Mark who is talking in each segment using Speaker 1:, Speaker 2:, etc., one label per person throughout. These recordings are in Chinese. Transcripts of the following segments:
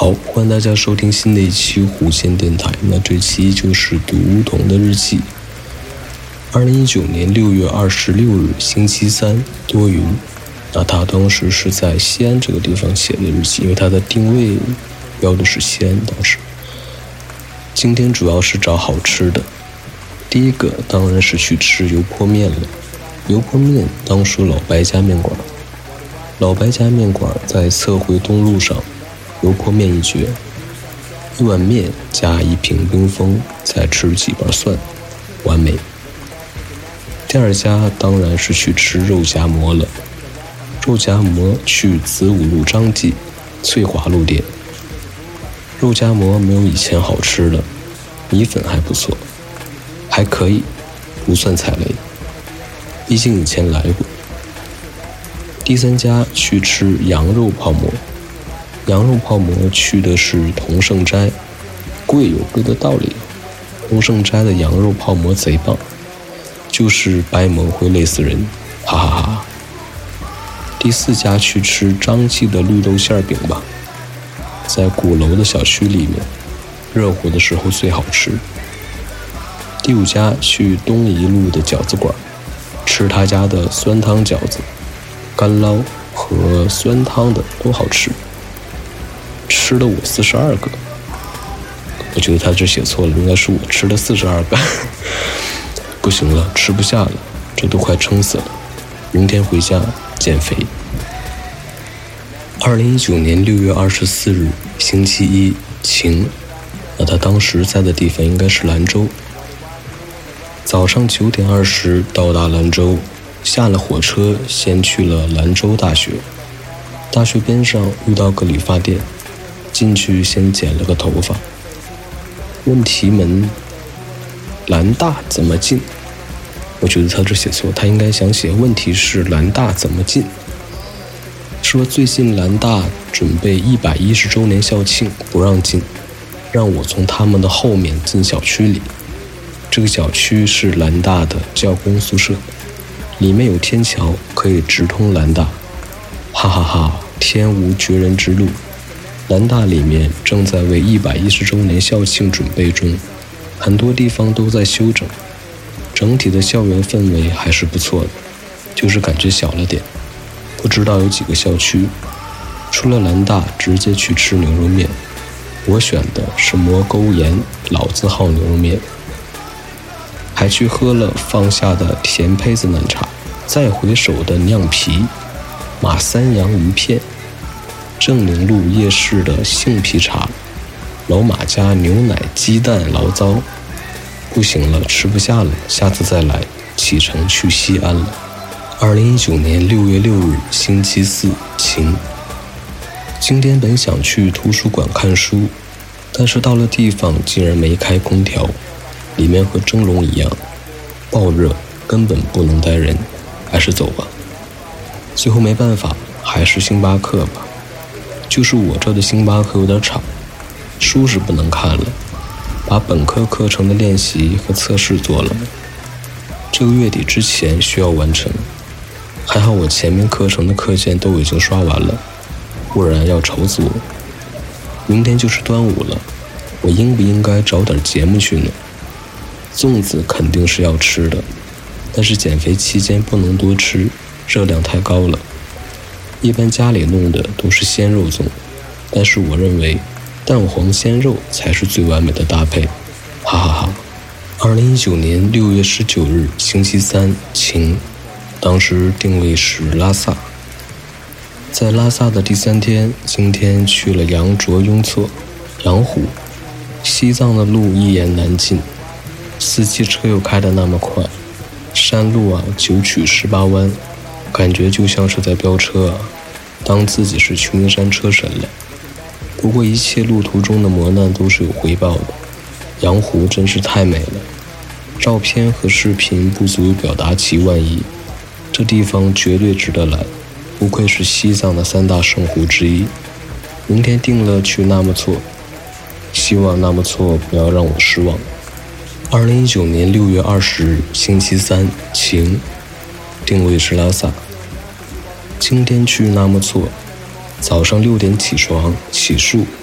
Speaker 1: 好，欢迎大家收听新的一期弧线电台。那这期就是读梧桐的日记。2019年6月26日，星期三，多云。那他当时是在西安这个地方写的日记，因为他的定位标的是西安。当时，今天主要是找好吃的。第一个当然是去吃油泼面了。油泼面当属老白家面馆。老白家面馆在侧回东路上。油泼面一绝，一碗面加一瓶冰峰，再吃几瓣蒜，完美。第二家当然是去吃肉夹馍了。肉夹馍去子午路张记翠华路店。肉夹馍没有以前好吃了，米粉还不错，还可以，不算踩雷，毕竟以前来过。第三家去吃羊肉泡馍。羊肉泡馍去的是同盛斋，贵有贵的道理。同盛斋的羊肉泡馍贼棒，就是白馍会累死人，哈哈哈。第四家去吃张记的绿豆馅饼吧，在鼓楼的小区里面，热乎的时候最好吃。第五家去东一路的饺子馆，吃他家的酸汤饺子，干捞和酸汤的都好吃。吃了我42个，我觉得他这写错了，应该是我吃了42个。不行了，吃不下了，这都快撑死了。明天回家减肥。2019年6月24日，星期一，晴。那他当时在的地方应该是兰州。早上9点20到达兰州，下了火车，先去了兰州大学。大学边上遇到个理发店。进去先剪了个头发，问题门兰大怎么进？我觉得他这写错，他应该想写问题是兰大怎么进。说最近兰大准备110周年校庆，不让进，让我从他们的后面进小区里。这个小区是兰大的教工宿舍，里面有天桥可以直通兰大。哈哈哈，天无绝人之路。兰大里面正在为110周年校庆准备中，很多地方都在修整，整体的校园氛围还是不错的，就是感觉小了点。不知道有几个校区，除了兰大直接去吃牛肉面，我选的是魔沟盐老字号牛肉面，还去喝了放下的甜胚子奶茶，再回首的酿皮马三阳鱼片，正宁路夜市的杏皮茶，老马家牛奶鸡蛋醪糟。不行了，吃不下了，下次再来。启程去西安了。2019年6月6日，星期四，晴。今天本想去图书馆看书，但是到了地方竟然没开空调，里面和蒸笼一样，爆热，根本不能待人，还是走吧。最后没办法，还是星巴克吧。就是我这的星巴克有点吵，书是不能看了，把本科课程的练习和测试做了，这个月底之前需要完成。还好我前面课程的课件都已经刷完了，不然要愁死我。明天就是端午了，我应不应该找点节目去呢？粽子肯定是要吃的，但是减肥期间不能多吃，热量太高了。一般家里弄的都是鲜肉粽，但是我认为蛋黄鲜肉才是最完美的搭配，哈哈哈。2019年6月19日，星期三，晴。当时定位是拉萨。在拉萨的第3天，今天去了羊卓雍措、羊湖。西藏的路一言难尽，司机车又开得那么快，山路啊9曲18弯，感觉就像是在飙车啊，当自己是秋名山车神了。不过一切路途中的磨难都是有回报的，羊湖真是太美了，照片和视频不足以表达其万一，这地方绝对值得来，不愧是西藏的3大圣湖之一。明天定了去纳木错，希望纳木错不要让我失望。2019年6月20日，星期三，晴。定位是拉萨。今天去纳木错，早上6点起床洗漱，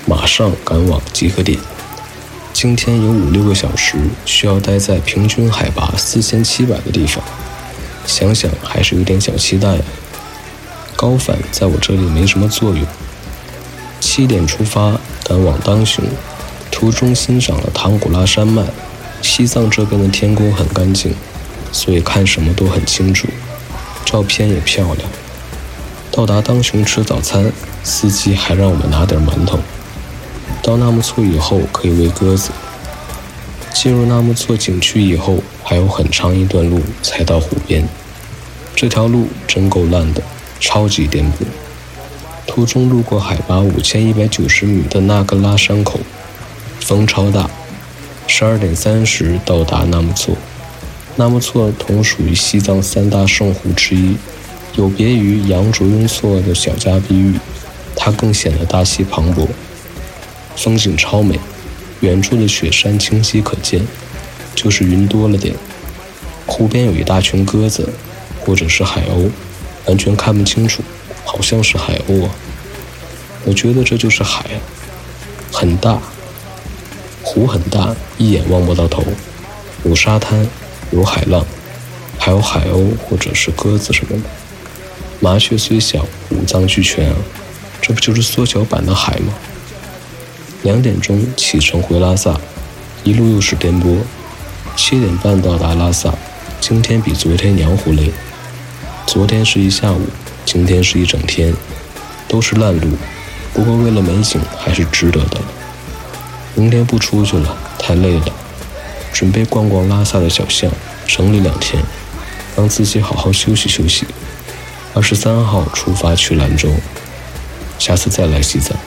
Speaker 1: 马上赶往集合点。今天有5-6个小时需要待在平均海拔4700的地方，想想还是有点小期待啊。高反在我这里没什么作用。7点出发赶往当雄，途中欣赏了唐古拉山脉。西藏这边的天空很干净，所以看什么都很清楚，照片也漂亮。到达当雄吃早餐，司机还让我们拿点馒头。到纳木错以后可以喂鸽子。进入纳木错景区以后，还有很长一段路才到湖边。这条路真够烂的，超级颠簸。途中路过海拔5190米的纳格拉山口，风超大。12点30到达纳木错。纳木错同属于西藏3大圣湖之一，有别于羊卓雍措的小迦碧玉，它更显得大气磅礴。风景超美，远处的雪山清晰可见，就是云多了点。湖边有一大群鸽子，或者是海鸥，完全看不清楚，好像是海鸥啊。我觉得这就是海啊，很大，湖很大，一眼望不到头，有沙滩，有海浪，还有海鸥或者是鸽子什么的。麻雀虽小，五脏俱全啊，这不就是缩小版的海吗？2点钟启程回拉萨，一路又是颠簸。7点半到达拉萨，今天比昨天娘乎累。昨天是一下午，今天是一整天，都是烂路，不过为了美景还是值得的。明天不出去了，太累了，准备逛逛拉萨的小巷，整理2天，让自己好好休息休息。23号出发去兰州，下次再来西藏。